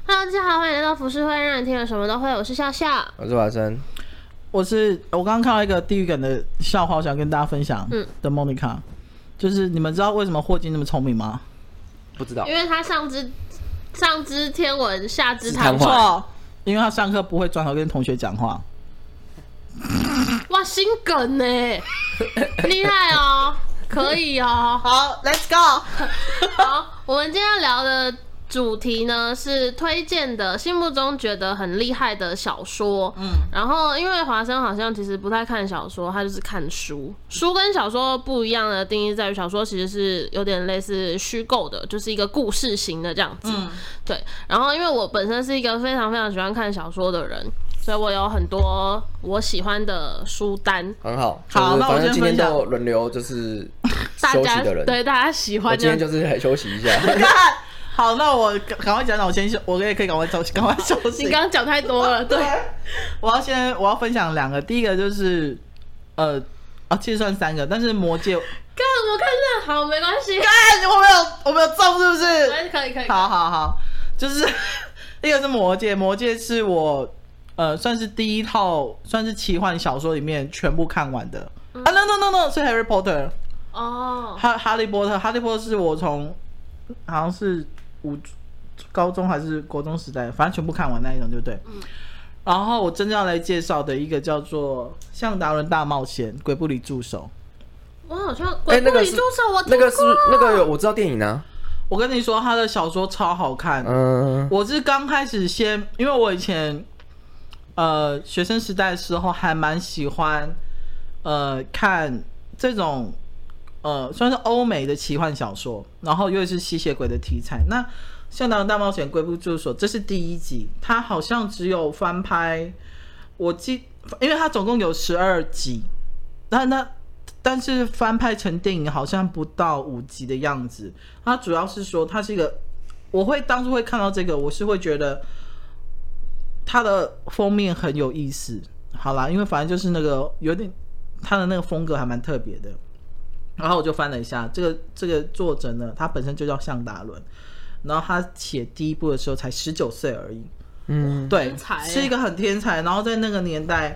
Hello，大家好，欢迎来到浮世会，让你听了什么都会。我是笑笑， 我是华生， 我刚刚看到一个地狱梗的笑话，我想跟大家分享。的 Monica，就是你们知道为什么霍金那么聪明吗？ 不知道， 因为他上知天文，下知谈话。 错，因为他上课不会转头跟同学讲话。 哇，新梗呢，厉害哦，可以哦。 好 ，Let's go。 好，我们今天要聊的主题呢是推荐的心目中觉得很厉害的小说。然后因为华生好像其实不太看小说，他就是看书。书跟小说不一样的定义在于，小说其实是有点类似虚构的，就是一个故事型的这样子。对。然后因为我本身是一个非常非常喜欢看小说的人，所以我有很多我喜欢的书单。 很好， 好，那我反正今天先分享就轮流就是大家休息的人， 对大家喜欢。 我今天就是来休息一下。 好，那我赶快讲讲，我也可以赶快休息。 你刚刚讲太多了，对。 我要分享两个，第一个就是其实算三个，但是魔戒。 看我看到，好，没关系。 我没有中是不是？ 可以。 好，就是一个是魔戒，魔戒是我算是第一套算是奇幻小说里面全部看完的。No， 是 Harry Potter。 哦， 哈利波特是我从好像是高中还是国中时代，反正全部看完那一种，对不对？然后我真正要来介绍的一个叫做《向达伦大冒险：鬼不里助手》。 我好像鬼不里助手，我听过。 那个是那个我知道电影呢。 我跟你说，他的小说超好看。我是刚开始因为我以前学生时代的时候还蛮喜欢看这种算是欧美的奇幻小说，然后又是吸血鬼的题材。那《向达伦大冒险：鬼不助手》这是第一集，它好像只有翻拍，因为它总共有12集，但是翻拍成电影好像不到5集的样子。它主要是说它是一个，当初会看到这个，我是会觉得它的封面很有意思。好啦，因为反正就是那个有点它的那个风格还蛮特别的。然后我就翻了一下，这个作者呢，他本身就叫向达伦，然后他写第一部的时候才19岁而已。对，是一个很天才。然后在那个年代，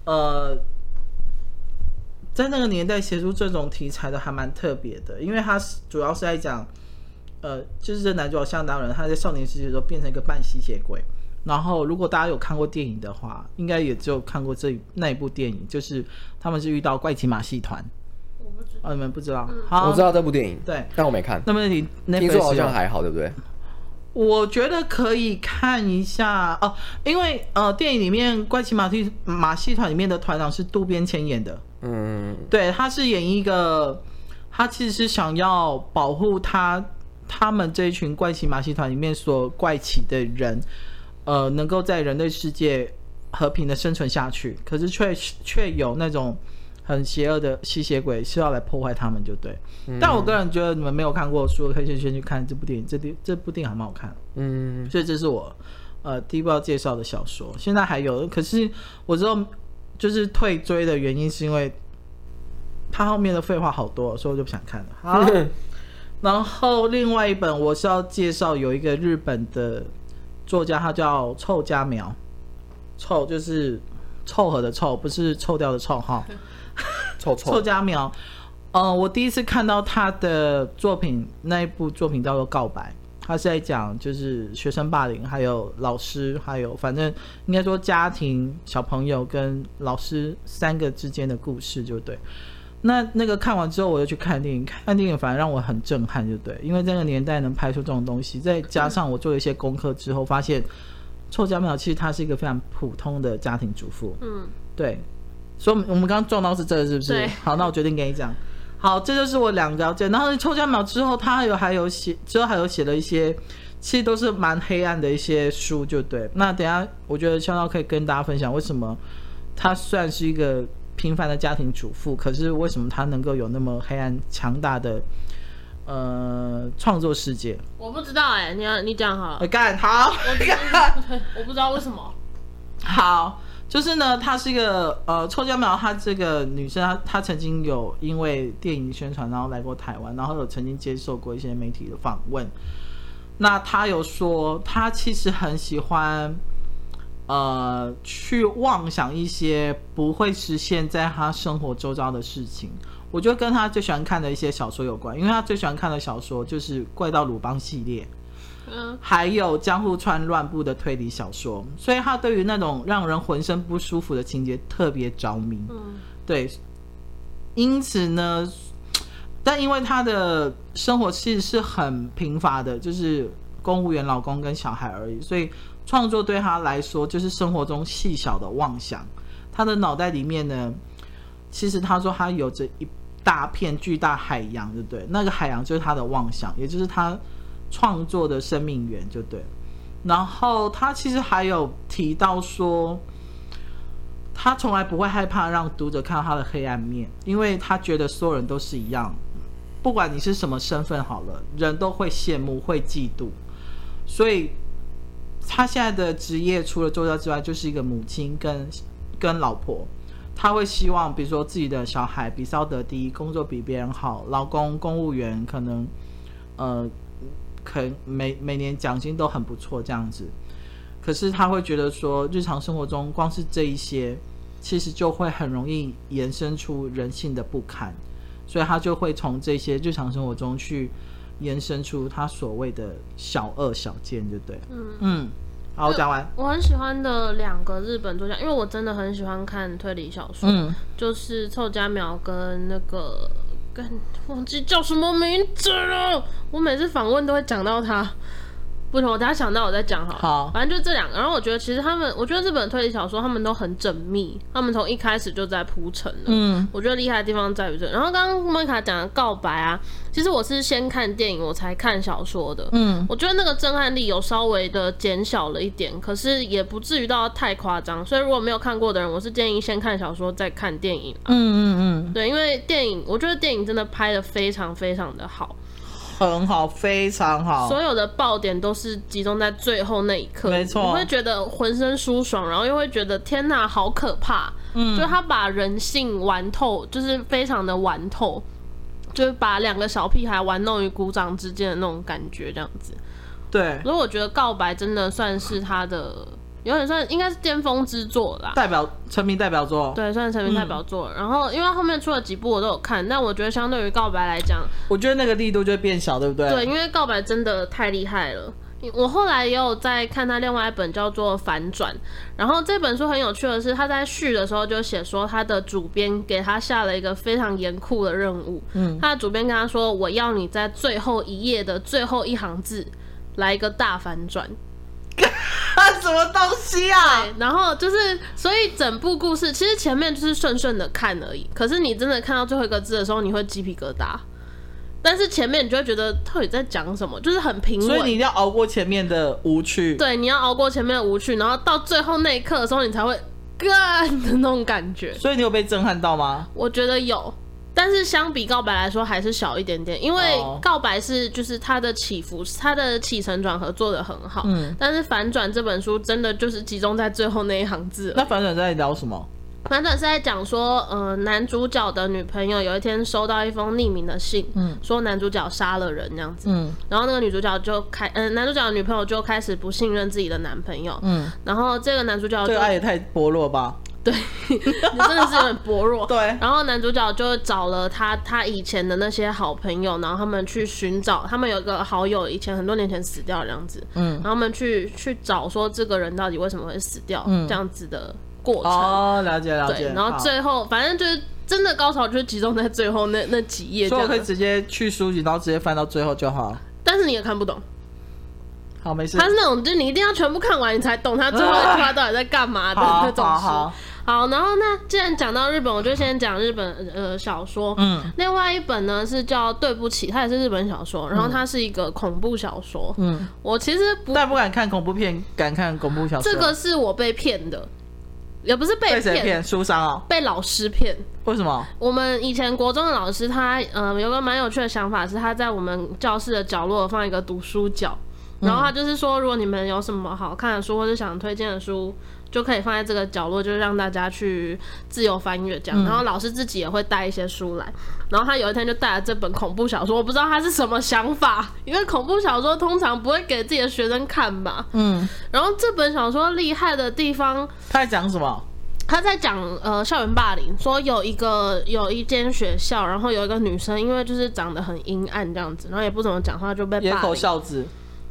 写出这种题材的还蛮特别的，因为他主要是在讲，就是这男主角向达伦他在少年时期的时候变成一个半吸血鬼。然后如果大家有看过电影的话，应该也只有看过那一部电影，就是他们是遇到怪奇马戏团。你们不知道？ 我知道这部电影， 对， 但我没看。 那么听说好像还好，对不对？ 我觉得可以看一下哦，因为电影里面怪奇马戏团里面的团长是渡边谦演的。对，他是演一个，他其实是想要保护他们这一群怪奇马戏团里面所怪奇的人，能够在人类世界和平的生存下去，可是却有那种很邪恶的吸血鬼是要来破坏他们，就对。但我个人觉得你们没有看过书，可以先去看这部电影，这部电影还蛮好看。所以这是我第一部要介绍的小说，现在还有，可是我知道就是退追的原因是因为它后面的废话好多，所以我就不想看了。好，然后另外一本我是要介绍有一个日本的作家，他叫臭家苗，臭就是凑合的臭，不是臭掉的臭哈。臭家苗，我第一次看到他的作品，那一部作品叫做《告白》，他是在讲就是学生霸凌，还有老师，还有反正应该说家庭、小朋友跟老师3个之间的故事，就对。那个看完之后，我就去看电影，反而让我很震撼，就对，因为这个年代能拍出这种东西，再加上我做了一些功课之后，发现臭家苗其实他是一个非常普通的家庭主妇。对。所以我们刚刚撞到是这个，是不是？ 对。 好，那我决定跟你讲。好，这就是我2个要介。然后臭家苗之后，他还有写了一些，其实都是蛮黑暗的一些书，就对。那等一下，我觉得笑笑可以跟大家分享，为什么他虽然是一个平凡的家庭主妇，可是为什么他能够有那么黑暗强大的创作世界？ 我不知道你讲好了。 干好， 我不知道为什么。 好。就是呢，她是一个臭家苗，她这个女生，她曾经有因为电影宣传，然后来过台湾，然后有曾经接受过一些媒体的访问。 那他有说，他其实很喜欢，去妄想一些不会实现在他生活周遭的事情。我觉得跟他最喜欢看的一些小说有关，因为他最喜欢看的小说就是《怪盗鲁邦》系列，还有江户川乱步的推理小说，所以他对于那种让人浑身不舒服的情节特别着迷。对，因此呢，但因为他的生活其实是很贫乏的，就是公务员老公跟小孩而已，所以创作对他来说就是生活中细小的妄想。他的脑袋里面呢，其实他说他有着一大片巨大海洋，对不对？那个海洋就是他的妄想，也就是他创作的生命源，就对。然后他其实还有提到说，他从来不会害怕让读者看到他的黑暗面，因为他觉得所有人都是一样，不管你是什么身份好了，人都会羡慕会嫉妒。所以他现在的职业除了作家之外，就是一个母亲跟老婆。他会希望比如说自己的小孩比稍得第一，工作比别人好，老公公务员可能每年奖金都很不错这样子。可是他会觉得说日常生活中光是这一些其实就会很容易延伸出人性的不堪，所以他就会从这些日常生活中去延伸出他所谓的小恶小奸，对不对？好，我讲完。 我很喜欢的2个日本作家，因为我真的很喜欢看推理小说，就是凑佳苗跟那个忘记叫什么名字了，我每次访问都会讲到他。不行，我等一下想到我再讲好。反正就这2个。然后我觉得其实我觉得日本推理小说他们都很缜密，他们从一开始就在铺陈了。我觉得厉害的地方在于这。然后刚刚莫妮卡讲的告白啊，其实我是先看电影我才看小说的。我觉得那个震撼力有稍微的减小了一点，可是也不至于到太夸张。所以如果没有看过的人，我是建议先看小说再看电影。对，因为我觉得电影真的拍得非常非常的好。 很好，非常好， 所有的爆点都是集中在最后那一刻， 没错， 你会觉得浑身舒爽，然后又会觉得天哪，好可怕。就是他把人性玩透，就是非常的玩透，就是把2个小屁孩玩弄于股掌之间的那种感觉，这样子。对，所以我觉得告白真的算是他的。有点算应该是巅峰之作啦， 成名代表作， 对，算是成名代表作。然后因为后面出了几部我都有看，但我觉得相对于告白来讲， 我觉得那个力度就会变小，对不对？ 对，因为告白真的太厉害了。我后来也有在看他另外一本叫做《反转》，然后这本书很有趣的是，他在序的时候就写说，他的主编给他下了一个非常严酷的任务。他的主编跟他说：“我要你在最后一页的最后一行字来一个大反转。” 什么东西啊？ 对，然后就是，所以整部故事其实前面就是顺顺的看而已。可是你真的看到最后一个字的时候，你会鸡皮疙瘩。但是前面你就会觉得到底在讲什么，就是很平稳。 所以你一定要熬过前面的无趣。 对，你要熬过前面的无趣，然后到最后那一刻的时候，你才会干的那种感觉。 所以你有被震撼到吗？ 我觉得有。但是相比告白来说还是小一点点，因为告白是就是它的起伏，它的起承转合做得很好。但是反转这本书真的就是集中在最后那一行字。 那反转在聊什么？ 反转是在讲说，男主角的女朋友有一天收到一封匿名的信，说男主角杀了人这样子。然后那个女主角就男主角的女朋友就开始不信任自己的男朋友。然后这个男主角就， 这个爱也太薄弱吧。 对，你真的是有点薄弱。 对， 然后男主角就找了他以前的那些好朋友，然后他们去寻找，他们有一个好友以前很多年前死掉这样子，然后他们去找说这个人到底为什么会死掉，这样子的过程。 哦，了解。 对，然后最后反正就是真的高潮就是集中在最后那几页， 所以我可以直接去书籍，然后直接翻到最后就好。 但是你也看不懂。 好，没事。 他是那种，就是你一定要全部看完，你才懂他最后一句话到底在干嘛的那种书。好，然后那既然讲到日本，我就先讲日本小说。另外一本呢是叫《对不起》，它也是日本小说，然后它是一个恐怖小说。我其实不敢看恐怖片，敢看恐怖小说。 这个是我被骗的，也不是被谁骗？书商哦， 被老师骗。 为什么？ 我们以前国中的老师他有个蛮有趣的想法，是他在我们教室的角落放一个读书角。 然后他就是说，如果你们有什么好看的书或者想推荐的书，就可以放在这个角落，就是让大家去自由翻阅这样。然后老师自己也会带一些书来，然后他有一天就带了这本恐怖小说，我不知道他是什么想法，因为恐怖小说通常不会给自己的学生看吧。然后这本小说厉害的地方， 他在讲什么？ 他在讲校园霸凌，说有一间学校，然后有一个女生，因为就是长得很阴暗这样子，然后也不怎么讲话，就被霸凌。 野口孝子，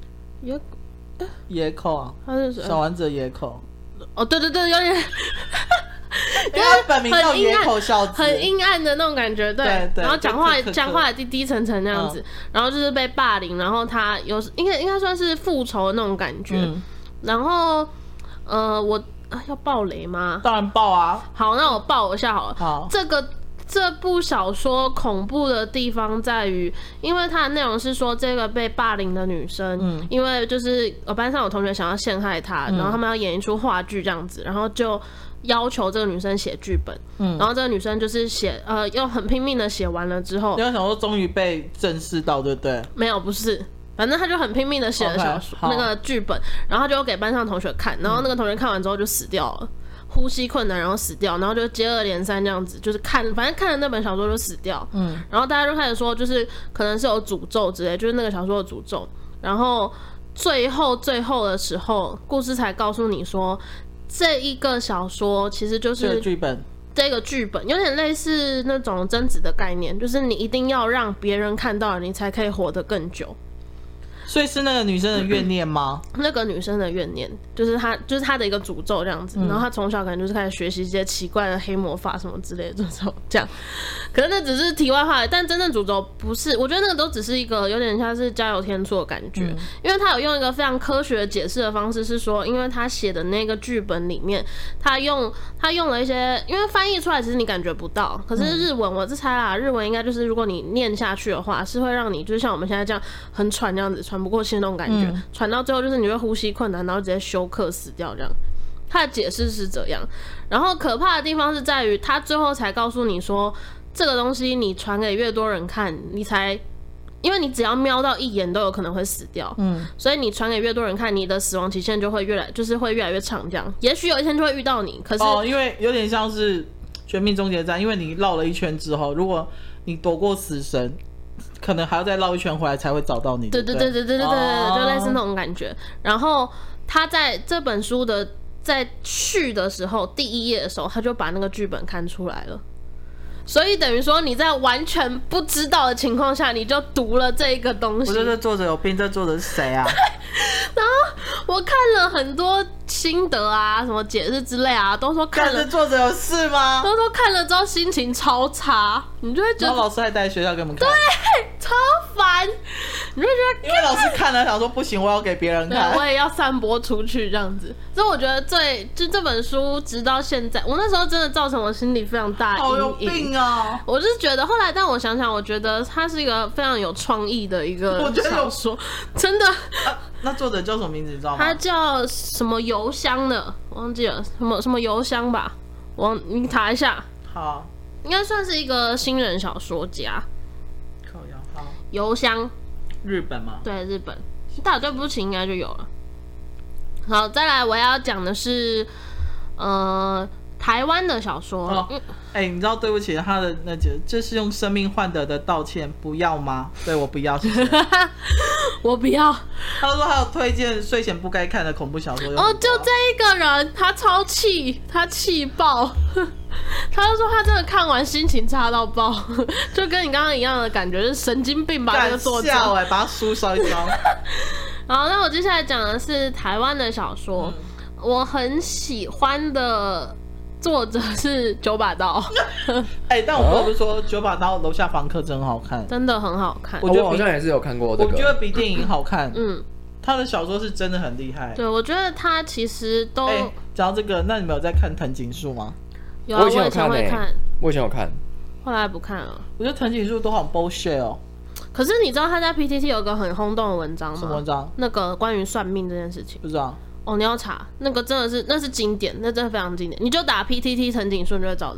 野口啊， 他是谁？ 小丸子的野口。 哦，对对对，有点。 因为他本名叫野口孝子， 很阴暗的那种感觉，对。然后讲话也低低沉沉那样子，然后就是被霸凌，然后他应该算是复仇的那种感觉。然后我要爆雷吗？ 当然爆啊！ 好，那我爆一下好了。 好， 这部小说恐怖的地方在于，因为它的内容是说这个被霸凌的女生，因为就是班上有同学想要陷害她，然后他们要演一出话剧这样子，然后就要求这个女生写剧本，然后这个女生就是又很拼命的写完了之后， 你要想说终于被正视到，对不对？ 没有，不是。反正他就很拼命的写了小说那个剧本，然后他就给班上同学看，然后那个同学看完之后就死掉了，呼吸困难，然后死掉，然后就接二连三这样子，就是反正看了那本小说就死掉，然后大家就开始说，就是可能是有诅咒之类，就是那个小说的诅咒，然后最后的时候，故事才告诉你说，这一个小说其实就是这个剧本。 这个剧本有点类似那种贞子的概念，就是你一定要让别人看到了，你才可以活得更久。 所以是那个女生的怨念吗？ 那个女生的怨念就是她的一个诅咒这样子，然后她从小可能就是开始学习一些奇怪的黑魔法什么之类的这样。可是那只是题外话，但真正诅咒不是，我觉得那个都只是一个有点像是加油添醋的感觉，因为他有用一个非常科学解释的方式，是说，因为他写的那个剧本里面，他用了一些，因为翻译出来其实你感觉不到，可是日文我是猜啦，日文应该就是如果你念下去的话，是会让你就是像我们现在这样很喘这样子，喘不过气的那种感觉，喘到最后就是你会呼吸困难，然后直接休克死掉这样。他的解释是这样，然后可怕的地方是在于他最后才告诉你说，这个东西你传给越多人看，因为你只要瞄到一眼都有可能会死掉，所以你传给越多人看，你的死亡期限就会越来越长这样。也许有一天就会遇到你，可是因为有点像是绝命终结战，因为你绕了一圈之后，如果你躲过死神，可能还要再绕一圈回来才会找到你。对，就类似那种感觉。然后他在这本书的在序的时候，第一页的时候，他就把那个剧本看出来了。所以等于说你在完全不知道的情况下，你就读了这一个东西。 我觉得这作者有病，这作者是谁啊？ 然后我看了很多心得啊，什么解释之类啊，都说看了。 这作者有事吗？ 都说看了之后心情超差，你就会觉得。 然后老师还带学校给我们看。 对，超烦。你就会觉得， 因为老师看了想说不行，我要给别人看， 我也要散播出去这样子。所以我觉得就这本书直到现在，我那时候真的造成我心里非常大的阴影。好有病啊！我就是觉得后来，但我想想，我觉得它是一个非常有创意的一个小说，真的。 那作者叫什么名字你知道吗？ 他叫什么邮箱的，忘记了，什么邮箱吧，你查一下。 好， 应该算是一个新人小说家。 好， 邮箱， 日本吗？ 对，日本。大对不起应该就有了。好，再来我要讲的是台湾的小说。 你知道对不起他的这是用生命换得的道歉，不要吗？对，我不要，谢谢。 我不要。 他说他有推荐睡前不该看的恐怖小说。 就这一个人，他超气，他气爆。他就说他真的看完心情差到爆，就跟你刚刚一样的感觉，是神经病吧？这个作者， 把他书烧一烧。 好，那我接下来讲的是台湾的小说，我很喜欢的作者是九把刀。 但我不是说九把刀楼下房客真好看， 真的很好看。 我好像也是有看过这个， 我觉得比电影好看。他的小说是真的很厉害。 对，我觉得他其实都。 讲到这个，那你们有在看藤井树吗？ 有啊，我以前会看。 我以前有看， 后来不看了。 我觉得藤井树都好 bullshit 哦。 可是你知道他在 PTT 有个很轰动的文章吗？ 什么文章？ 那个关于算命这件事情。 不知道。 你要查那个真的是那是经典，那真的非常经典。你就打 PTT 藤井树你就会找到了。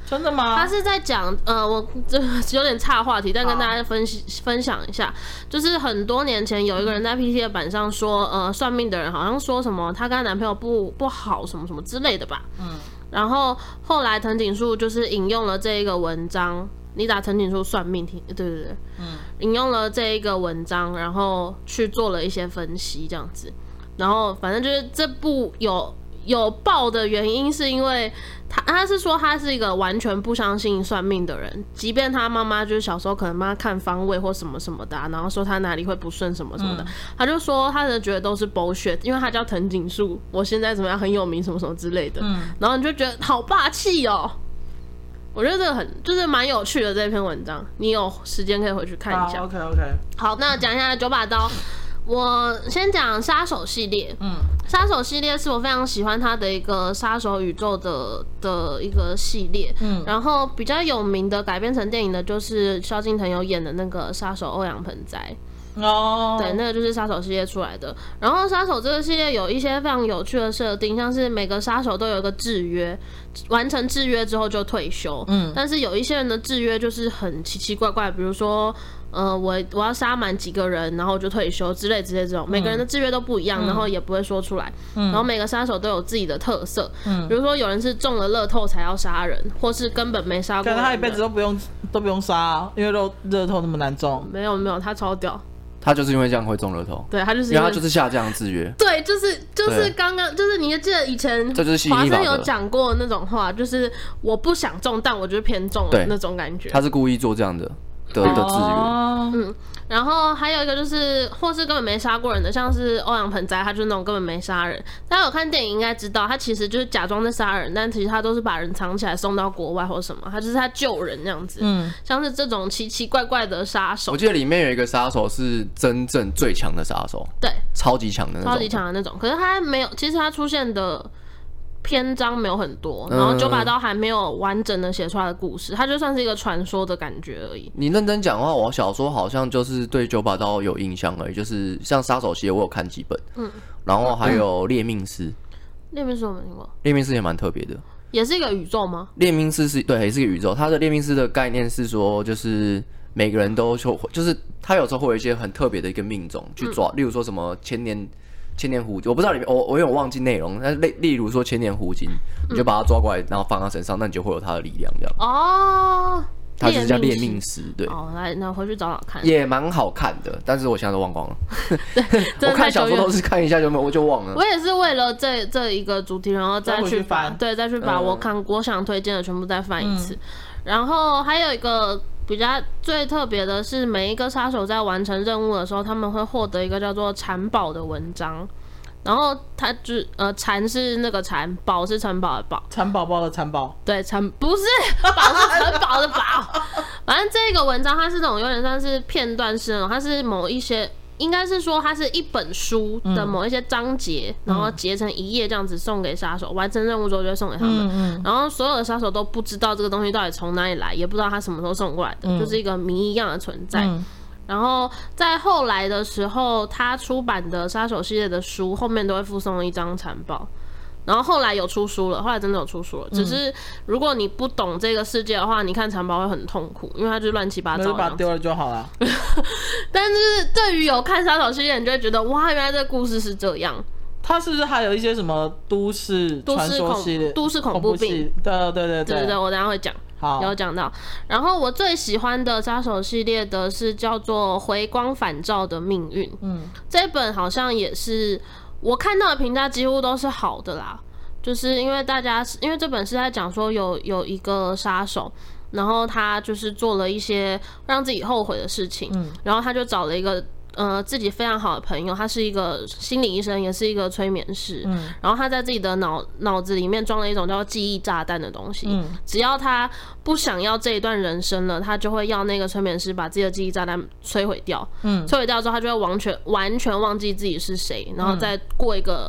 真的吗？ 他是在讲我这有点岔话题，但跟大家分享一下，就是很多年前有一个人在 PT 的板上说，算命的人好像说什么她跟她男朋友不好什么什么之类的吧。然后后来藤井树就是引用了这一个文章，你打藤井树算命听，对，引用了这一个文章，然后去做了一些分析这样子。然后反正就是这部有爆的原因是因为他是说他是一个完全不相信算命的人，即便他妈妈就是小时候可能帮他看方位或什么什么的然后说他哪里会不顺什么什么的，他就说他觉得都是 bullshit， 因为他叫藤井树，我现在怎么样很有名什么什么之类的，然后你就觉得好霸气哦。我觉得这个就是蛮有趣的这篇文章，你有时间可以回去看一下。 OK。 好，那讲一下九把刀。我先讲杀手系列，杀手系列是我非常喜欢它的一个杀手宇宙的一个系列，然后比较有名的改编成电影的就是萧敬腾有演的那个杀手欧阳盆栽。对，那个就是杀手系列出来的。然后杀手这个系列有一些非常有趣的设定，像是每个杀手都有一个制约，完成制约之后就退休。但是有一些人的制约就是很奇奇怪怪，比如说我要杀满几个人，然后我就退休之类这种，每个人的制约都不一样，然后也不会说出来。然后每个杀手都有自己的特色，比如说有人是中了乐透才要杀人，或是根本没杀过人的。 可是他一辈子都不用杀，因为乐透那么难中。 没有，他超屌。 他就是因为这样会中乐透， 对，他就是因为他就是下这样的制约。 对，就是刚刚就是你记得以前这就是吸引力法则华生有讲过那种话，就是我不想中，但我就是偏中了那种感觉。 他是故意做这样的制约。 然后还有一个就是，或是根本没杀过人的，像是欧阳盆栽，他就是那种根本没杀人。大家有看电影应该知道，他其实就是假装在杀人，但其实他都是把人藏起来送到国外或什么，他就是他救人这样子。像是这种奇奇怪怪的杀手。 我记得里面有一个杀手是真正最强的杀手， 对， 超级强的那种， 超级强的那种。可是他没有，其实他出现的篇章没有很多，然后九把刀还没有完整的写出来的故事，它就算是一个传说的感觉而已。 你认真讲的话，我小时候好像就是对九把刀有印象而已，就是像杀手系列我有看几本，然后还有猎命师。 猎命师我没听过， 猎命师也蛮特别的， 也是一个宇宙吗？ 猎命师对，也是一个宇宙。它的猎命师的概念是说，就是每个人都就是他有时候会有一些很特别的一个命种去抓，例如说什么千年狐精，我不知道里面我有点忘记内容，但例如说千年狐精，你就把它抓过来，然后放他身上，那你就会有他的力量这样。 哦， 它就是叫猎命师，对。 来，那回去找找看。 也蛮好看的，但是我现在都忘光了。我看小说都是看一下我就忘了。 我也是为了这一个主题，然后再去翻，对，再去把我想推荐的全部再翻一次。然后还有一个比较最特别的是，每一个杀手在完成任务的时候，他们会获得一个叫做蚕宝的文章。然后它蚕是那个蚕，宝是城堡的宝， 蚕宝宝的蚕宝， 对，不是宝是城堡的宝。反正这个文章它是那种有点像是片段式的，它是某一些。应该是说它是一本书的某一些章节，然后截成一页这样子送给杀手，完成任务之后就会送给他们。然后所有的杀手都不知道这个东西到底从哪里来，也不知道他什么时候送过来的，就是一个谜一样的存在。然后在后来的时候，他出版的杀手系列的书后面都会附送一张蚕宝。然后后来有出书了，后来真的有出书了。只是如果你不懂这个世界的话，你看蚕宝会很痛苦，因为它就是乱七八糟的。 把它丢了就好了。 但是对于有看杀手系列，你就会觉得哇，原来这个故事是这样。 它是不是还有一些什么都市传说系列、 都市恐怖病？ 对， 我等一下会讲。 好， 有讲到。然后我最喜欢的杀手系列的是叫做《回光返照的命运》。这本好像也是。我看到的评价几乎都是好的啦，就是因为这本是在讲说有一个杀手，然后他就是做了一些让自己后悔的事情，然后他就找了一个自己非常好的朋友，他是一个心理医生，也是一个催眠师，然后他在自己的脑子里面装了一种叫记忆炸弹的东西，只要他不想要这一段人生了，他就会要那个催眠师把自己的记忆炸弹摧毁掉，摧毁掉之后，他就会完全忘记自己是谁，然后再过一个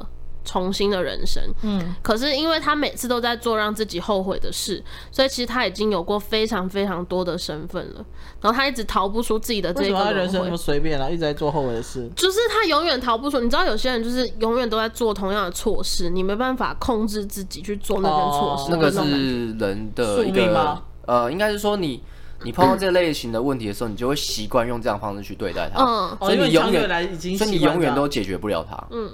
重新的人生。可是因为他每次都在做让自己后悔的事，所以其实他已经有过非常非常多的身份了，然后他一直逃不出自己的这个轮回。 为什么他人生那么随便啊？一直在做后悔的事， 就是他永远逃不出。你知道有些人就是永远都在做同样的错事，你没办法控制自己去做那件错事。 那个是人的一个应该是说你碰到这类型的问题的时候，你就会习惯用这样的方式去对待它，所以你永远都解决不了它。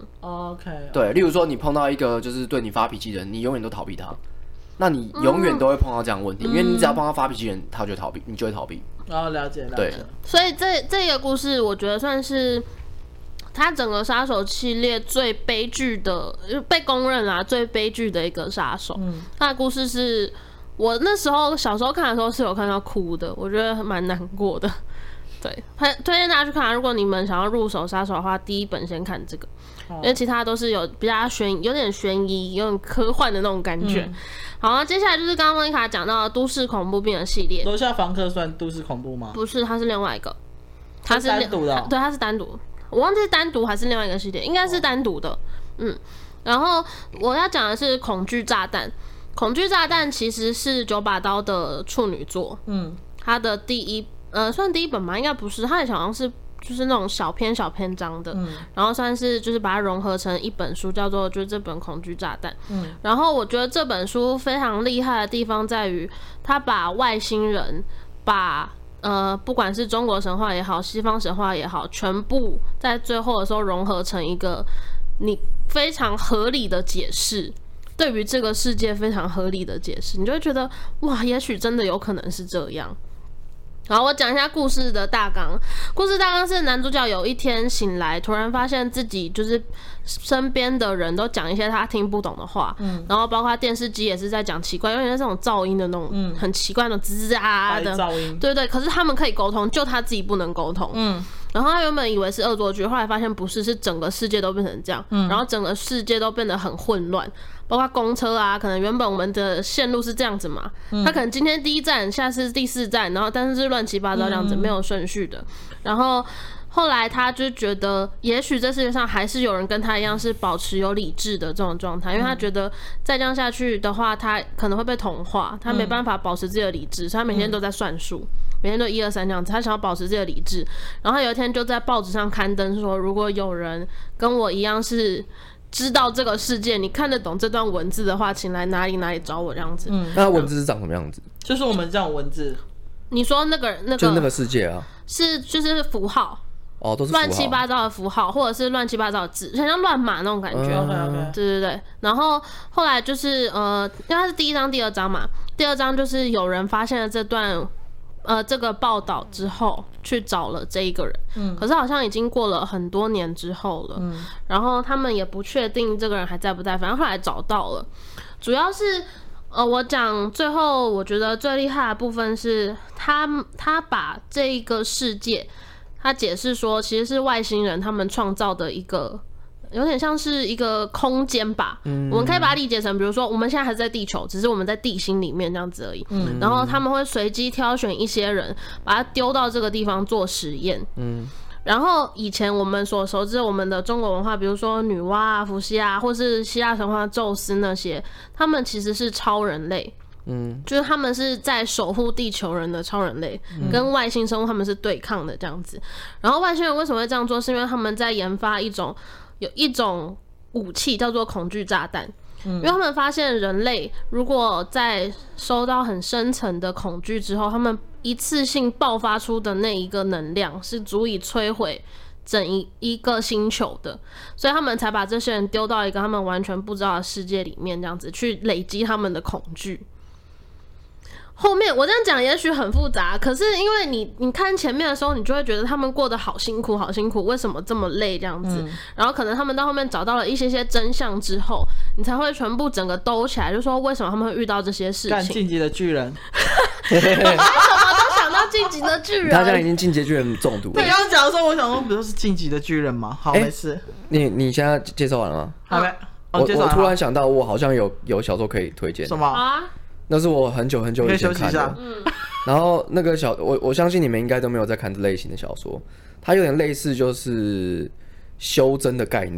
OK。 对，例如说你碰到一个就是对你发脾气的人，你永远都逃避他，那你永远都会碰到这样的问题，因为你只要碰到发脾气的人，他就逃避，你就会逃避。 了解。 对， 所以这个故事，我觉得算是他整个杀手系列最悲剧的，被公认啦最悲剧的一个杀手。他的故事是我那时候小时候看的时候是有看到哭的，我觉得蛮难过的。对，推荐大家去看。如果你们想要入手杀手的话，第一本先看这个，因为其他都是有比较有点悬疑、有点科幻的那种感觉。好，接下来就是刚刚莫妮卡讲到的都市恐怖片的系列。 楼下房客算都市恐怖吗？ 不是，它是另外一个，它是单独的。 对，它是单独。我忘记是单独还是另外一个系列，应该是单独的。然后我要讲的是恐惧炸弹。恐惧炸弹其实是九把刀的处女作，它的算第一本吗？应该不是，它也好像是就是那种小篇章的，然后算是就是把它融合成一本书，叫做就是这本恐惧炸弹。然后我觉得这本书非常厉害的地方在于，它把外星人把不管是中国神话也好，西方神话也好，全部在最后的时候融合成一个你非常合理的解释。对于这个世界非常合理的解释，你就会觉得哇，也许真的有可能是这样。好，我讲一下故事的大纲。故事大纲是男主角有一天醒来，突然发现自己就是身边的人都讲一些他听不懂的话，然后包括电视机也是在讲奇怪，有点像这种噪音的那种，很奇怪的吱吱啊的噪音。 对对，可是他们可以沟通，就他自己不能沟通。然后他原本以为是恶作剧，后来发现不是，是整个世界都变成这样，然后整个世界都变得很混乱，包括公车啊，可能原本我们的线路是这样子嘛，他可能今天第一站，下次第4站，然后但是是乱七八糟这样子，没有顺序的。然后后来他就觉得，也许这世界上还是有人跟他一样是保持有理智的这种状态，因为他觉得再这样下去的话，他可能会被同化，他没办法保持自己的理智，所以他每天都在算数。每天都1、2、3这样子，他想要保持自己的理智。然后有一天就在报纸上刊登说，如果有人跟我一样是知道这个世界，你看得懂这段文字的话，请来哪里找我这样子。 那文字是长什么样子？ 就是我们这种文字。 你说那个就是那个世界啊？ 就是符号。 都是符号乱七八糟的符号，或者是乱七八糟的字，很像乱码那种感觉。对对对。然后后来就是因为它是第1章、第2章嘛，第2章就是有人发现了这段。这个报道之后去找了这一个人，可是好像已经过了很多年之后了，然后他们也不确定这个人还在不在，反正后来找到了。主要是我讲最后我觉得最厉害的部分是他把这一个世界，他解释说其实是外星人他们创造的一个。有点像是一个空间吧，我们可以把它理解成，比如说我们现在还是在地球，只是我们在地心里面这样子而已。然后他们会随机挑选一些人，把它丢到这个地方做实验。然后以前我们所熟知我们的中国文化，比如说女娲啊、伏羲啊，或是希腊神话宙斯那些，他们其实是超人类。就是他们是在守护地球人的超人类，跟外星生物他们是对抗的这样子。然后外星人为什么会这样做？是因为他们在研发有一种武器叫做恐惧炸弹，因为他们发现人类如果在收到很深层的恐惧之后，他们一次性爆发出的那一个能量是足以摧毁整一个星球的，所以他们才把这些人丢到一个他们完全不知道的世界里面，这样子去累积他们的恐惧。后面我这样讲也许很复杂，可是因为你看前面的时候，你就会觉得他们过得好辛苦好辛苦，为什么这么累这样子，然后可能他们到后面找到了一些真相之后，你才会全部整个兜起来，就说为什么他们会遇到这些事情。 干晋级的巨人为什么都想到晋级的巨人？ 他现在已经进阶巨人中毒了。 你刚刚讲的时候，我想说不就是晋级的巨人吗？好，没事。 你现在介绍完了吗？ 还没。 我突然想到，我好像有小说可以推荐。 什么啊？ 那是我很久以前看的。然后那个我相信你们应该都没有在看这类型的小说，它有点类似就是修真的概念。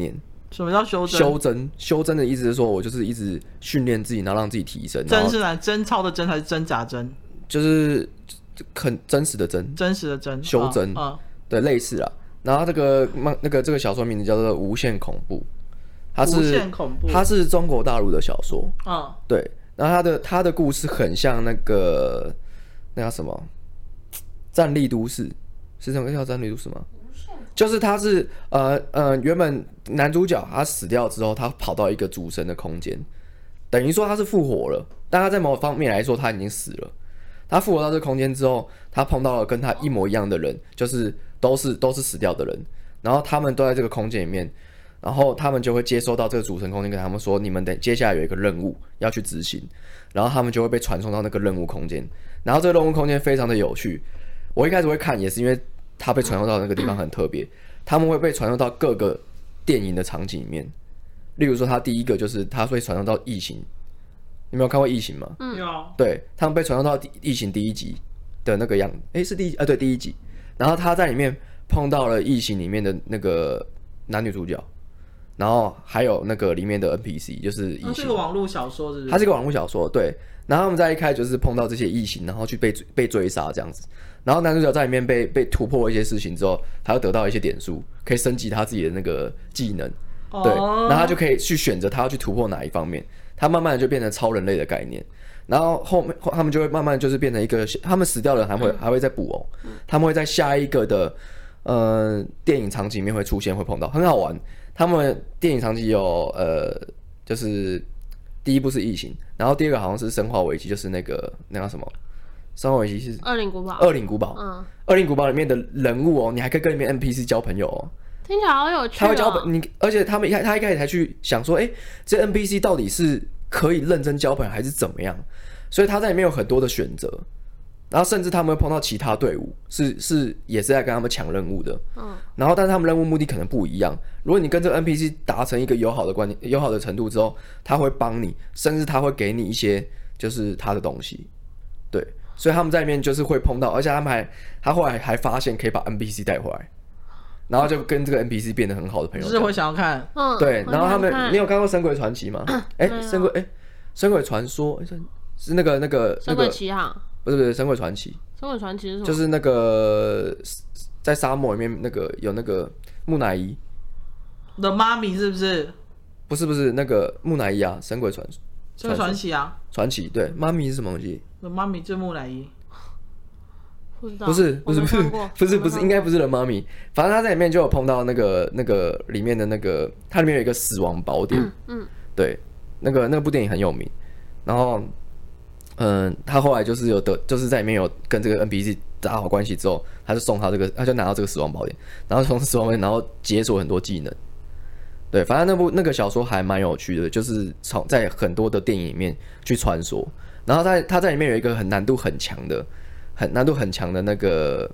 什么叫修真？ 修真的意思是说我就是一直训练自己，然后让自己提升。 真是哪？真钞的真还是真假真？ 就是很真实的真， 真实的真， 修真，对，类似啦。然后这个小说名字叫做《无限恐怖》，它是中国大陆的小说，对。然后它的故事很像那叫什么《战慄都市》，是这个叫《战慄都市》吗？就是他是原本男主角他死掉之后，他跑到一个主神的空间，等于说他是复活了，但他在某方面来说他已经死了。他复活到这个空间之后，他碰到了跟他一模一样的人，就是都是死掉的人，然后他们都在这个空间里面，然后他们就会接收到这个主神空间，跟他们说你们接下来有一个任务要去执行，然后他们就会被传送到那个任务空间，然后这个任务空间非常的有趣。我一开始会看也是因为他被传送到那个地方很特别，他们会被传送到各个电影的场景里面。例如说，他第一个就是他会传送到《异形》，你没有看过《异形》吗？ 有。 对，他们被传送到《异形》第一集的那个样，是第一对第一集。然后他在里面碰到了《异形》里面的那个男女主角，然后还有那个里面的 NPC， 就是异形。 是个网络小说，是不是？ 它是个网络小说，对。然后他们在一开始就是碰到这些异形，然后去被追杀这样子。然后男主角在里面被突破一些事情之后，他又得到一些点数，可以升级他自己的那个技能，对，然后他就可以去选择他要去突破哪一方面，他慢慢的就变成超人类的概念。然后后面他们就会慢慢就是变成一个，他们死掉的人还会再补哦，他们会在下一个的电影场景里面会出现，会碰到，很好玩。他们电影场景有就是第一部是异形，然后第二个好像是生化危机，就是那个什么。生化危机是恶灵古堡， 恶灵古堡里面的人物哦，你还可以跟里面 NPC 交朋友哦， 听起来好有趣。 他会交你，而且他一开始才去想说，这 NPC 到底是可以认真交朋友还是怎么样？所以他在里面有很多的选择，然后甚至他们会碰到其他队伍，也是在跟他们抢任务的，然后但是他们任务目的可能不一样。如果你跟这个 NPC 达成一个友好的程度之后，他会帮你，甚至他会给你一些就是他的东西，对。所以他们在里面就是会碰到，而且他后来还发现可以把 NPC 带回来，然后就跟这个 NPC 变得很好的朋友。 是会想要看， 对。然后他们，你有看过《神鬼传奇》吗？神鬼传说是那个神鬼奇航， 不是神鬼传奇。 神鬼传奇是什么？ 就是那个在沙漠里面有那个木乃伊的妈咪是不是？ 不是那个木乃伊啊，神鬼传奇啊， 传奇对，妈咪是什么东西？ 妈咪就是木乃伊， 不是，应该不是人妈咪。反正他在里面就有碰到那个里面的它里面有一个死亡宝典，对，那个部电影很有名。然后，他后来就是就是在里面有跟这个 NPC 打好关系之后，他就拿到这个死亡宝典，然后从死亡宝典然后解锁很多技能。对，反正那个小说还蛮有趣的，就是在很多的电影里面去穿梭。然后他在里面有一个难度很强的那个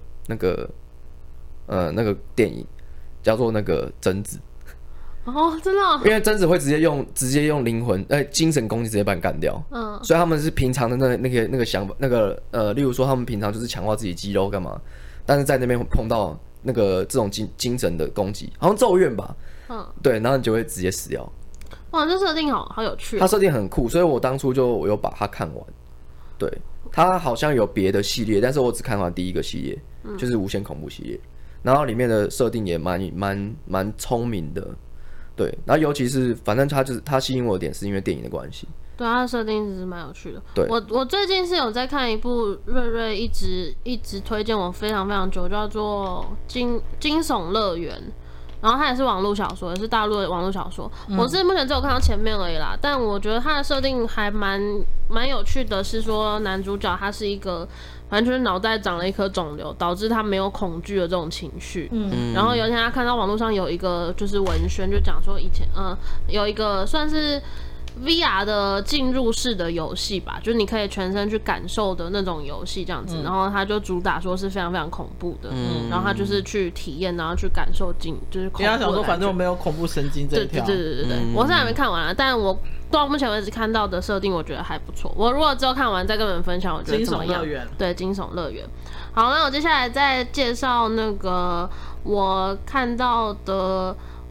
电影，叫做那个贞子。 哦，真的哦？ 因为贞子会直接用灵魂精神攻击直接把你干掉。所以他们是平常的那个想法，例如说他们平常就是强化自己肌肉干嘛，但是在那边碰到这种精神的攻击，好像咒怨吧。对，然后你就会直接死掉。 哇，这设定好有趣。 它设定很酷，所以我当初我有把它看完。对，它好像有别的系列，但是我只看完第一个系列，就是无限恐怖系列。然后里面的设定也蛮聪明的。对，然后尤其是反正它吸引我的点是因为电影的关系。 对，它的设定其实蛮有趣的。 对， 我最近是有在看一部瑞一直推荐我非常非常久，叫做惊悚乐园。然后它也是网络小说，也是大陆的网络小说。我是目前只有看到前面而已啦，但我觉得它的设定还蛮有趣的，是说男主角他是一个完全脑袋长了一颗肿瘤，导致他没有恐惧的这种情绪。然后有一天他看到网络上有一个就是文宣，就讲说以前有一个算是VR 的进入式的游戏吧，就是你可以全身去感受的那种游戏这样子，然后他就主打说是非常非常恐怖的，然后他就是去体验，然后去感受就是恐怖的感觉。 你要想说反正我没有恐怖神经这一条。 对，我是还没看完啦，但我到目前为止看到的设定我觉得还不错。我如果之后看完再跟你们分享，我觉得怎么样？对，惊悚乐园。好，那我接下来再介绍那个我看到的。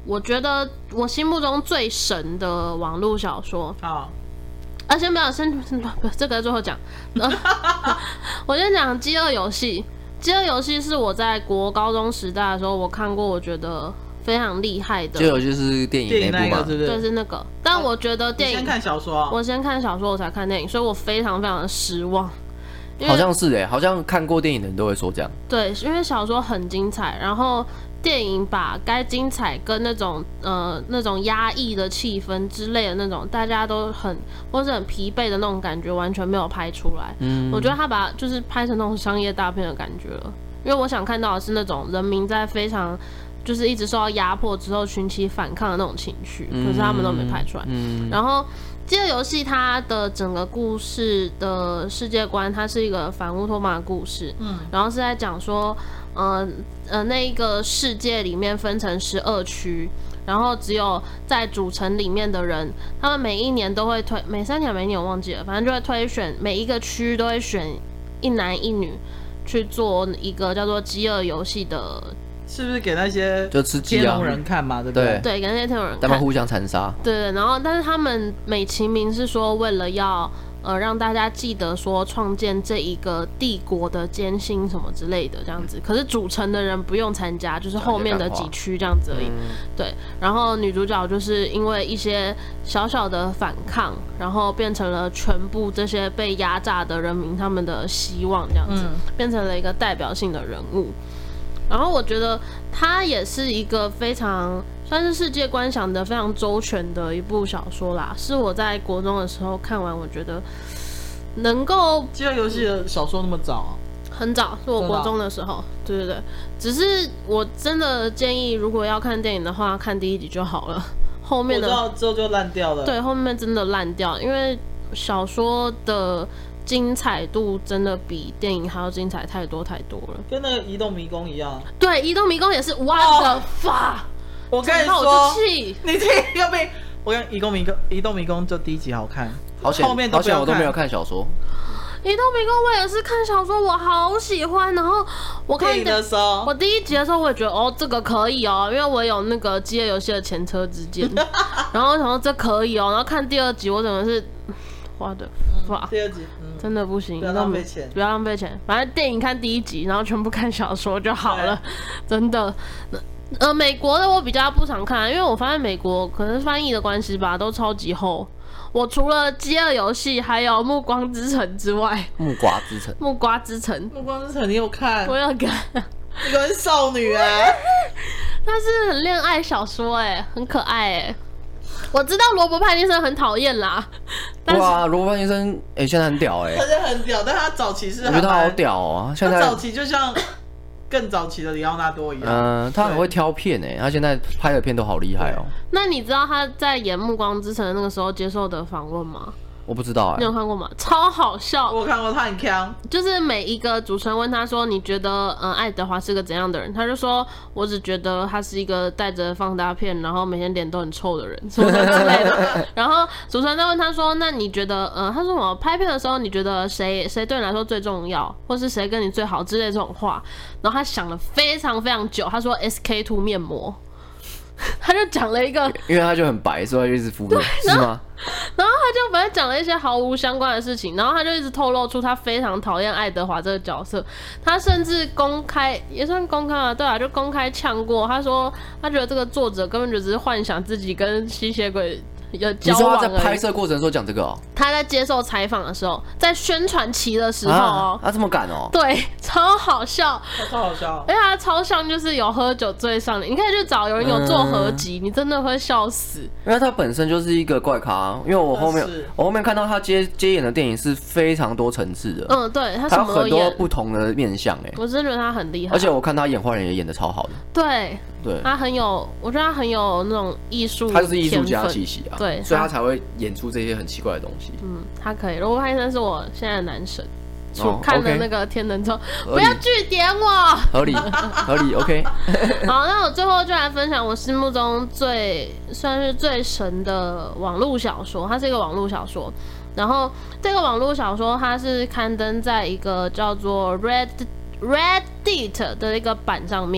我觉得我心目中最神的网络小说。 好， 先不要，这个最后讲。我先讲《饥饿游戏》。《饥饿游戏》是我在国高中时代的时候我看过，我觉得非常厉害的。 饥饿游戏是电影那部吗？ 对，是那个。但我觉得电影， 你先看小说， 我先看小说，我才看电影，所以我非常非常的失望。 好像是好像看过电影的人都会说这样。 对，因为小说很精彩，然后电影把该精彩跟那种压抑的气氛之类的那种大家都或是很疲惫的那种感觉完全没有拍出来。我觉得他把就是拍成那种商业大片的感觉了，因为我想看到的是那种人民在非常就是一直受到压迫之后群起反抗的那种情绪，可是他们都没拍出来。然后饥饿游戏它的整个故事的世界观，它是一个反乌托邦的故事，然后是在讲说那一个世界里面分成12区，然后只有在主城里面的人，他们每一年都会每3年每一年我忘记了，反正就会推选每一个区都会选1男1女去做一个叫做饥饿游戏的。 是不是给那些就吃鸡天龙人看嘛？对不对？ 对，给那些天龙人看， 他们互相残杀。 对，然后但是他们美其名是说为了要让大家记得说创建这一个帝国的艰辛什么之类的这样子，可是主城的人不用参加，就是后面的几区这样子而已。对，然后女主角就是因为一些小小的反抗，然后变成了全部这些被压榨的人民他们的希望这样子，变成了一个代表性的人物。然后我觉得它也是一个非常算是世界观想的非常周全的一部小说啦，是我在国中的时候看完，我觉得能够。 饥饿游戏的小说那么早？ 很早，是我国中的时候。对对对，只是我真的建议，如果要看电影的话，看第1集就好了，后面的我知道之后就烂掉了。 对，后面真的烂掉，因为小说的精彩度真的比电影还要精彩太多太多了， 跟那个移动迷宫一样。 对，移动迷宫也是what the fuck！ 我跟你说， 我气你听要被我跟移动迷宫就第1集好看， 好险， 后面都不要看。 我都没有看小说。 移动迷宫我也是看小说，我好喜欢。然后我看电影的时候， 我第1集的时候，我也觉得这个可以因为我有那个饥饿游戏的前车之鉴，然后我想说这可以然后看第2集，我整个是花的哇， 第2集真的不行， 不要浪费钱， 不要浪费钱。反正电影看第1集，然后全部看小说就好了，真的。美国的我比较不常看，因为我发现美国可能翻译的关系吧，都超级厚。我除了饥饿游戏还有暮光之城之外， 木瓜之城， 暮瓜之城， 暮光之城你有看？ 我有看。 一个是少女它是很恋爱小说很可爱我知道罗伯·派丁森很讨厌啦， 哇，罗伯·派丁森现在很屌他真的很屌，但他早期是我觉得他好屌现在他早期就像更早期的里奥纳多一样， 他很会挑片他现在拍的片都好厉害那你知道他在演《暮光之城》的那个时候接受的访问吗？ 我不知道你有看过吗？超好笑， 我看过，他很强。就是每一个主持人问他说：“你觉得爱德华是个怎样的人？”他就说：“我只觉得他是一个带着放大片，然后每天脸都很臭的人，什么之类的。”然后主持人再问他说：“那你觉得他说我拍片的时候，你觉得谁对你来说最重要，或是谁跟你最好之类的这种话？”然后他想了非常非常久，他说 ：“SK-2 面膜。”他就讲了一个， 因为他就很白，所以他就一直敷面，是吗？ 然后他就反正讲了一些毫无相关的事情，然后他就一直透露出他非常讨厌爱德华这个角色，他甚至公开也算公开嘛，对啊，就公开呛过，他说他觉得这个作者根本就只是幻想自己跟吸血鬼有交往而已。 你说他在拍摄过程的时候讲这个他在接受采访的时候，在宣传期的时候他这么敢对，超好笑， 他超好笑， 而且他超像就是有喝酒醉上的，你可以去找有人有做合集，你真的会笑死。 因为他本身就是一个怪咖，因为我后面看到他接演的电影是非常多层次的， 对，他什么都演， 他有很多不同的面向我真的觉得他很厉害， 而且我看他演坏人也演得超好的， 对，他很有，我觉得他很有那种艺术， 他就是艺术家气息对， 所以他才会演出这些很奇怪的东西。 他可以。罗伯·派丁森是我现在的男神，看了那个《天能》之后，不要句点我， 合理 ，OK。 好，那我最后就来分享我心目中算是最神的网络小说，它是一个网络小说。然后这个网络小说它是刊登在一个叫做 Reddit 的一个版上面。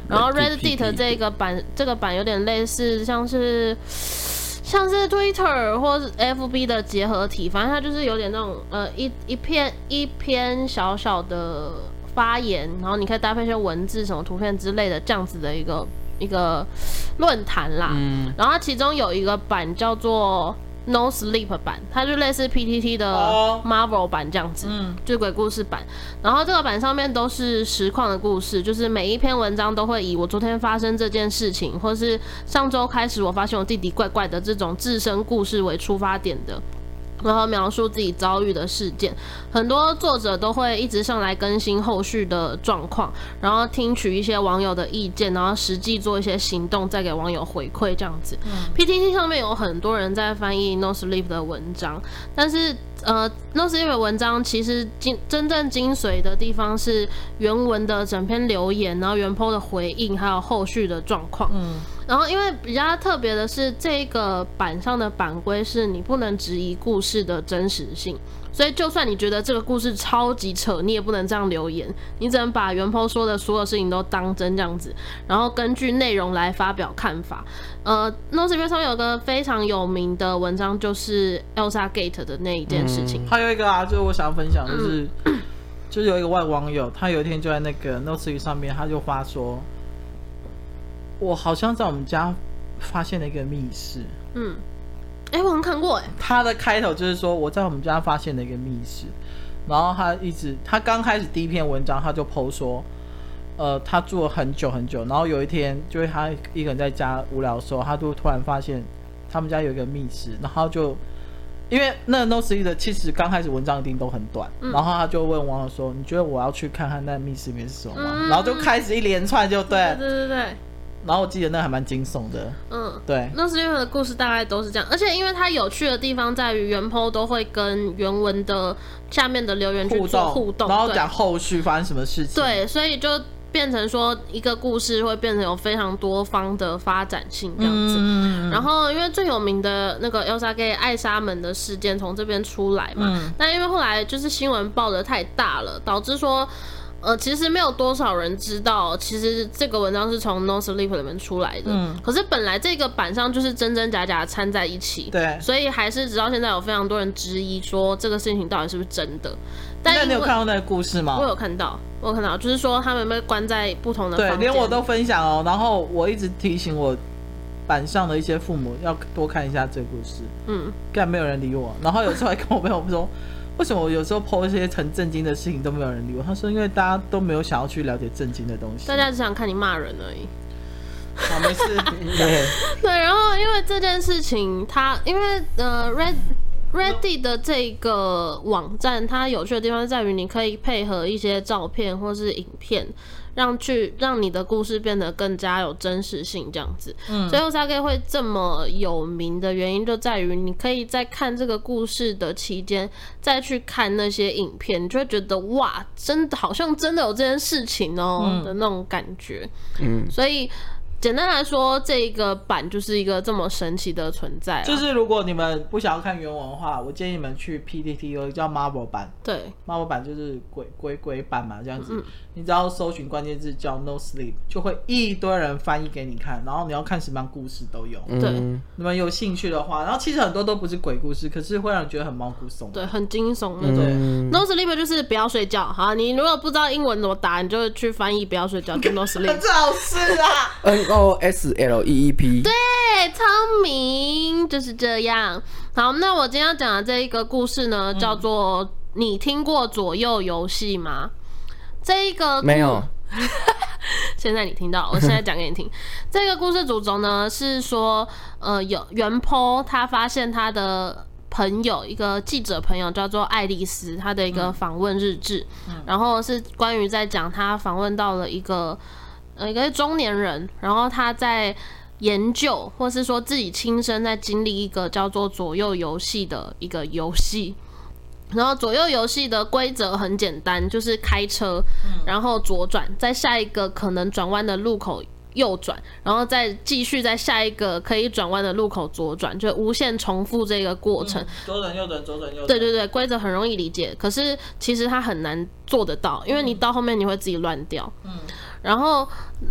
然后 Reddit 这个版有点类似像是 Twitter 或是 FB 的结合体，反正它就是有点那种一篇小小的发言，然后你可以搭配一些文字、什么图片之类的这样子的一个论坛啦。然后它其中有一个版叫做 No Sleep 版，它就类似 PTT 的 Marvel 版这样子，就是鬼故事版。然后这个版上面都是实况的故事，就是每一篇文章都会以我昨天发生这件事情，或是上周开始我发现我弟弟怪怪的这种自身故事为出发点的。然后描述自己遭遇的事件，很多作者都会一直上来更新后续的状况，然后听取一些网友的意见，然后实际做一些行动，再给网友回馈这样子。PTT 上面有很多人在翻译 No Sleep 的文章，但是No Sleep 的文章其实真正精髓的地方是原文的整篇留言，然后原 po 的回应，还有后续的状况。然后因为比较特别的是，这个版上的版规是你不能质疑故事的真实性，所以就算你觉得这个故事超级扯，你也不能这样留言，你只能把原 po 说的所有事情都当真这样子，然后根据内容来发表看法。No Sleep 上面有个非常有名的文章，就是 Elsa Gate 的那一件事情。 还有一个就是我想要分享，就是有一个外网友，他有一天就在那个 No Sleep 上面，他就发说，我好像在我们家发现了一个密室。 我好像看过他的开头就是说我在我们家发现了一个密室，然后他刚开始第一篇文章他就 po 说，他住了很久很久，然后有一天就是他一个人在家无聊的时候，他就突然发现他们家有一个密室，然后就因为那 No Sleep 的其实刚开始文章一定都很短，然后他就问网友说，你觉得我要去看看那密室里面是什么吗？然后就开始一连串就对。然后我记得那还蛮惊悚的。对。 No Sleep 的故事大概都是这样，而且因为它有趣的地方在于原 po 都会跟原文的下面的留言去做互动， 然后讲后续发生什么事情。 对，所以就变成说一个故事会变成有非常多方的发展性这样子。然后因为最有名的那个 Elsa Gate 艾莎门的事件从这边出来嘛，但因为后来就是新闻报得太大了，导致说其实没有多少人知道，其实这个文章是从 No Sleep 里面出来的。可是本来这个版上就是真真假假掺在一起， 对， 所以还是直到现在有非常多人质疑说这个事情到底是不是真的。但你有看到那个故事吗？ 我有看到，就是说他们被关在不同的房间， 对，连我都分享哦。然后我一直提醒我版上的一些父母要多看一下这个故事。但没有人理我。然后有时候还跟我朋友说，为什么我有时候 po 一些很震惊的事情都没有人理我？他说因为大家都没有想要去了解震惊的东西， 大家只想看你骂人而已。 好，没事。 对，然后因为这件事情，因为Reddit 的这个网站，它有趣的地方在于你可以配合一些照片或是影片，让你的故事变得更加有真实性这样子。所以 Elsa Gate 会这么有名的原因就在于你可以在看这个故事的期间再去看那些影片，你就会觉得哇，真的好像真的有这件事情的那种感觉。所以简单来说，这个版就是一个这么神奇的存在。 就是如果你们不想要看原文的话，我建议你们去 PTT 有一个叫 Marvel 版。 对 ，Marvel 版就是鬼版嘛，这样子。你只要搜寻关键字叫 No Sleep， 就会一堆人翻译给你看，然后你要看什么样故事都有。 对， 你们有兴趣的话，然后其实很多都不是鬼故事，可是会让你觉得很毛骨悚然。 对，很惊悚那种。No Sleep 就是不要睡觉。好，你如果不知道英文怎么打，你就去翻译不要睡觉，就 No Sleep。 最好是啊。 NOSLEEP。 对，聪明，就是这样。好，那我今天要讲的这一个故事呢，叫做你听过左右游戏吗？这一个没有。 现在你听到，我现在讲给你听。这个故事主轴呢是说，有原 po 他发现他的朋友，一个记者朋友叫做爱丽丝，他的一个访问日志，然后是关于在讲他访问到了一个中年人，然后他在研究或是说自己亲身在经历一个叫做左右游戏的一个游戏。然后左右游戏的规则很简单，就是开车，然后左转，在下一个可能转弯的路口右转，然后再继续在下一个可以转弯的路口左转，就无限重复这个过程。 左转右转，左转右转。 对对对，规则很容易理解，可是其实它很难做得到，因为你到后面你会自己乱掉。然后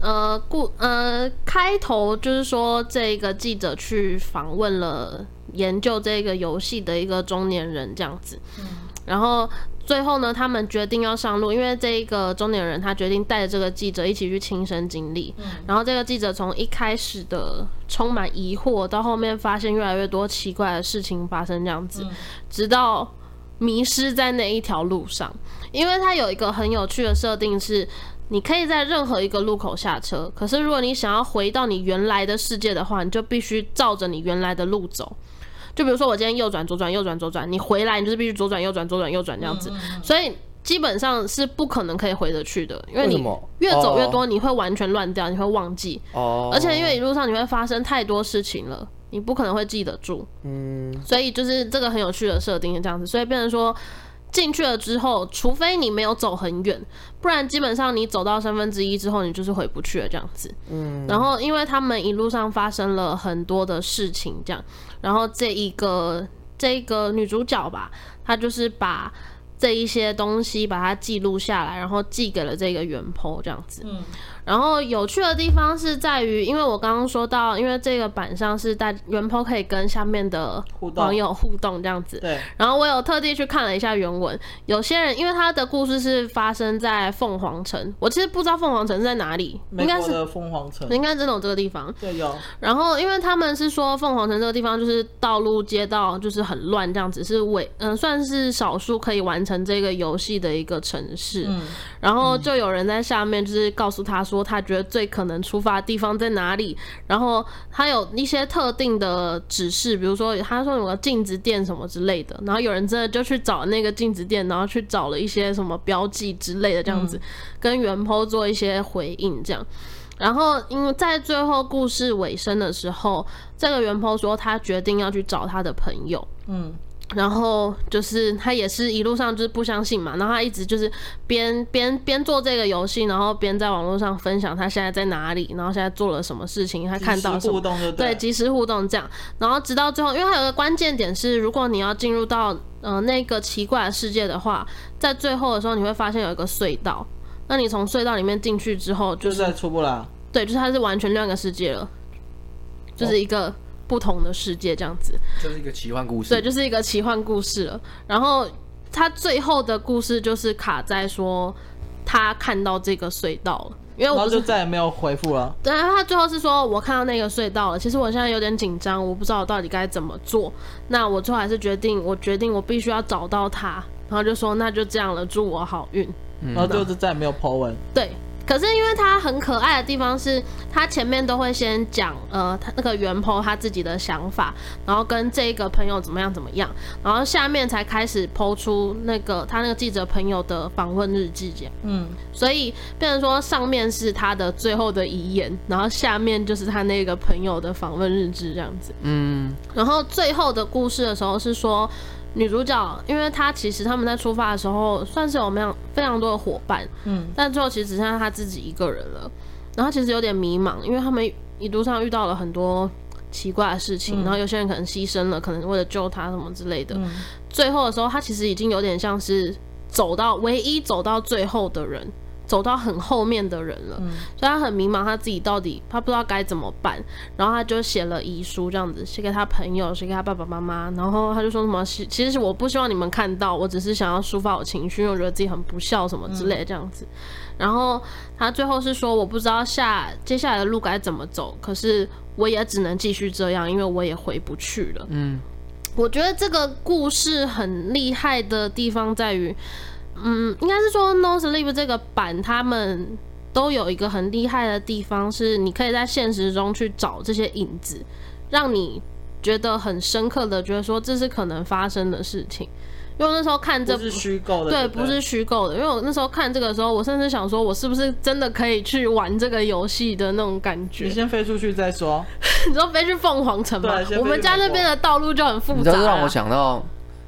开头就是说这个记者去访问了研究这个游戏的一个中年人这样子。然后最后呢，他们决定要上路，因为这一个中年人他决定带着这个记者一起去亲身经历。然后这个记者从一开始的充满疑惑，到后面发现越来越多奇怪的事情发生这样子，直到迷失在那一条路上。因为他有一个很有趣的设定是，你可以在任何一个路口下车，可是如果你想要回到你原来的世界的话，你就必须照着你原来的路走。就比如说我今天右转左转右转左转，你回来你就是必须左转右转左转右转这样子。所以基本上是不可能可以回得去的，因为你越走越多，你会完全乱掉，你会忘记。而且因为一路上你会发生太多事情了，你不可能会记得住。所以就是这个很有趣的设定是这样子，所以变成说进去了之后，除非你没有走很远，不然基本上你走到1/3之后，你就是回不去了这样子。然后因为他们一路上发生了很多的事情，这样，然后这一个女主角吧，她就是把这一些东西把它记录下来，然后寄给了这个原 po 这样子。然后有趣的地方是在于，因为我刚刚说到，因为这个版上是原 po 可以跟下面的网友互动这样子。 对。 然后我有特地去看了一下原文，有些人因为他的故事是发生在凤凰城，我其实不知道凤凰城是在哪里，应该是凤凰城， 应该真的有这个地方。 对，有。 然后因为他们是说凤凰城这个地方就是道路街道就是很乱这样子，是算是少数可以完成这个游戏的一个城市。然后就有人在下面就是告诉他说他觉得最可能出发的地方在哪里，然后他有一些特定的指示，比如说他说有个镜子店什么之类的，然后有人真的就去找那个镜子店，然后去找了一些什么标记之类的这样子，跟原 po 做一些回应这样。然后因为在最后故事尾声的时候，这个原 po 说他决定要去找他的朋友。然后就是他也是一路上就是不相信嘛，然后他一直就是边做这个游戏，然后边在网络上分享他现在在哪里，然后现在做了什么事情，他看到什么，对，即时互动这样。然后直到最后，因为他有个关键点是，如果你要进入到那个奇怪的世界的话，在最后的时候你会发现有一个隧道，那你从隧道里面进去之后，就是再出不来。对， 就是它是完全另外一个世界了，就是一个不同的世界这样子， 就是一个奇幻故事。 对，就是一个奇幻故事了。然后他最后的故事就是卡在说他看到这个隧道了，因为我然后就再也没有回复了。 对，他最后是说我看到那个隧道了，其实我现在有点紧张，我不知道我到底该怎么做。那我最后还是决定我必须要找到他，然后就说那就这样了，祝我好运。 然后就是再也没有 po 文。 对。可是因为他很可爱的地方是，他前面都会先讲他那个原 po 他自己的想法，然后跟这个朋友怎么样，然后下面才开始 po 出他那个记者朋友的访问日记这样。所以变成说上面是他的最后的遗言，然后下面就是他那个朋友的访问日志这样子。然后最后的故事的时候是说，女主角，因为她其实他们在出发的时候算是有非常多的伙伴，但最后其实只剩下她自己一个人了。然后其实有点迷茫，因为他们一路上遇到了很多奇怪的事情，然后有些人可能牺牲了，可能为了救她什么之类的。最后的时候，她其实已经有点像是唯一走到最后的人，走到很后面的人了，所以他很迷茫，他自己到底他不知道该怎么办，然后他就写了遗书，这样子写给他朋友，写给他爸爸妈妈，然后他就说什么其实我不希望你们看到，我只是想要抒发我情绪，因为我觉得自己很不孝什么之类的这样子。然后他最后是说我不知道接下来的路该怎么走，可是我也只能继续这样，因为我也回不去了。我觉得这个故事很厉害的地方在于应该是说 No Sleep 这个版他们都有一个很厉害的地方，是你可以在现实中去找这些影子，让你觉得很深刻的觉得说这是可能发生的事情。因为我那时候看这不是虚构的， 对，不是虚构的。因为我那时候看这个的时候，我甚至想说我是不是真的可以去玩这个游戏的那种感觉。 你先飞出去再说。 你说飞去凤凰城吗？我们家那边的道路就很复杂。 你知道让我想到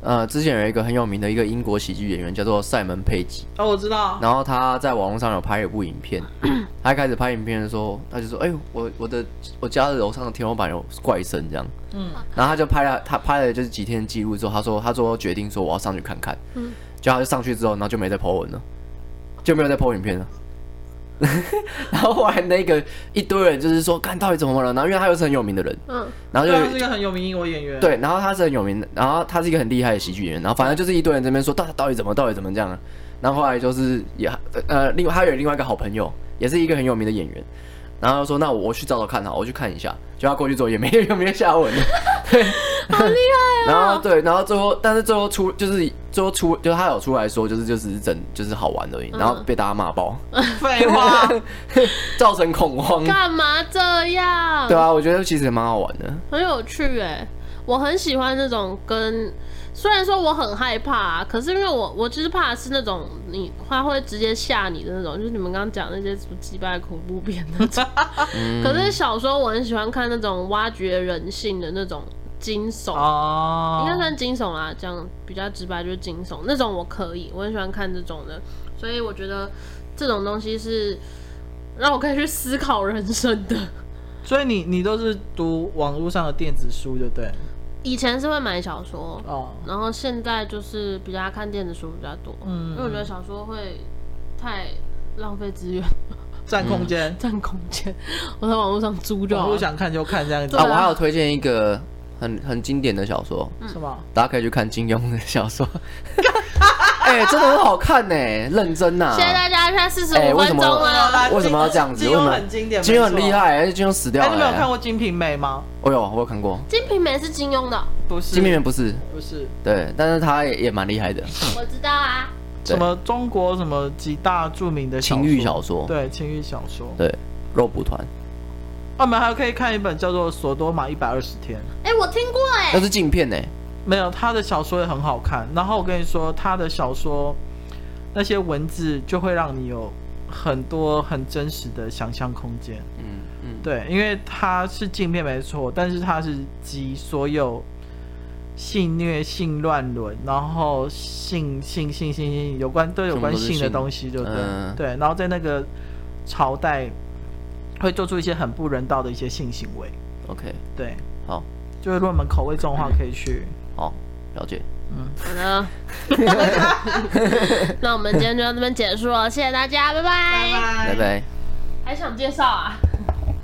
之前有一个很有名的一个英国喜剧演员叫做塞门佩吉， 哦，我知道。 然后他在网络上有拍一部影片，他一开始拍影片的时候，他就说：“哎、我家的楼上的天花板有怪声这样。”然后他就拍了就是几天的记录之后，他说决定说我要上去看看。就他就上去之后，然后就没再 po 文了，就没有再 po 影片了。然后后来那个一堆人就是说，看到底怎么了？然后因为他又是很有名的人，然后就他是一个很有名英国演员， 对，然后他是很有名的，然后他是一个很厉害的喜剧演员，然后反正就是一堆人这边说到底怎么这样，然后后来就是另外他有另外一个好朋友，也是一个很有名的演员，然后说那我去找找看好，我去看一下，就他过去之后也没有下文了，对， 好厉害然后对，然后最后就是他有出来说就是好玩而已，然后被大家骂爆， 废话， 造成恐慌， 干嘛这样？ 对啊，我觉得其实蛮好玩的， 很有趣哎，我很喜欢那种虽然说我很害怕，可是因为我就是怕的是那种他会直接吓你的那种，就是你们刚刚讲那些什么击败恐怖片那种。可是小时候我很喜欢看那种挖掘人性的那种惊悚，应该算惊悚啦，这样比较直白就是惊悚那种我可以，我很喜欢看这种的，所以我觉得这种东西是让我可以去思考人生的。 所以你都是读网络上的电子书，对不对？ 以前是会买小说，然后现在就是比较看电子书比较多，因为我觉得小说会太浪费资源， 占空间， 占空间。我在网络上租就好了， 网络想看就看这样子。 我还有推荐一个很经典的小说， 什么？ 大家可以去看金庸的小说。真的很好看呢，认真呐！ 谢谢大家，看45分钟了。 为什么要这样子？ 金庸很经典， 金庸很厉害，而且金庸死掉了。 你们有看过《金瓶梅》吗？ 我有看过。 金瓶梅是金庸的？ 不是， 金瓶梅不是，对，但是他也蛮厉害的。 我知道啊。 什么中国什么几大著名的情欲小说？ 对，情欲小说。 对，肉蒲团。 我们还可以看一本叫做《索多玛120天》。 我听过那是禁片没有，他的小说也很好看。然后我跟你说，他的小说那些文字就会让你有很多很真实的想象空间。对，因为他是禁片没错，但是他是集所有性虐、性乱伦，然后性有关性的东西，就对。然后在那个朝代会做出一些很不人道的一些性行为。 OK， 对， 好， 就是如果你们口味重的话，可以去。 好，了解。 好的。那我们今天就到这边结束了，谢谢大家，拜拜。 拜拜。 还想介绍啊？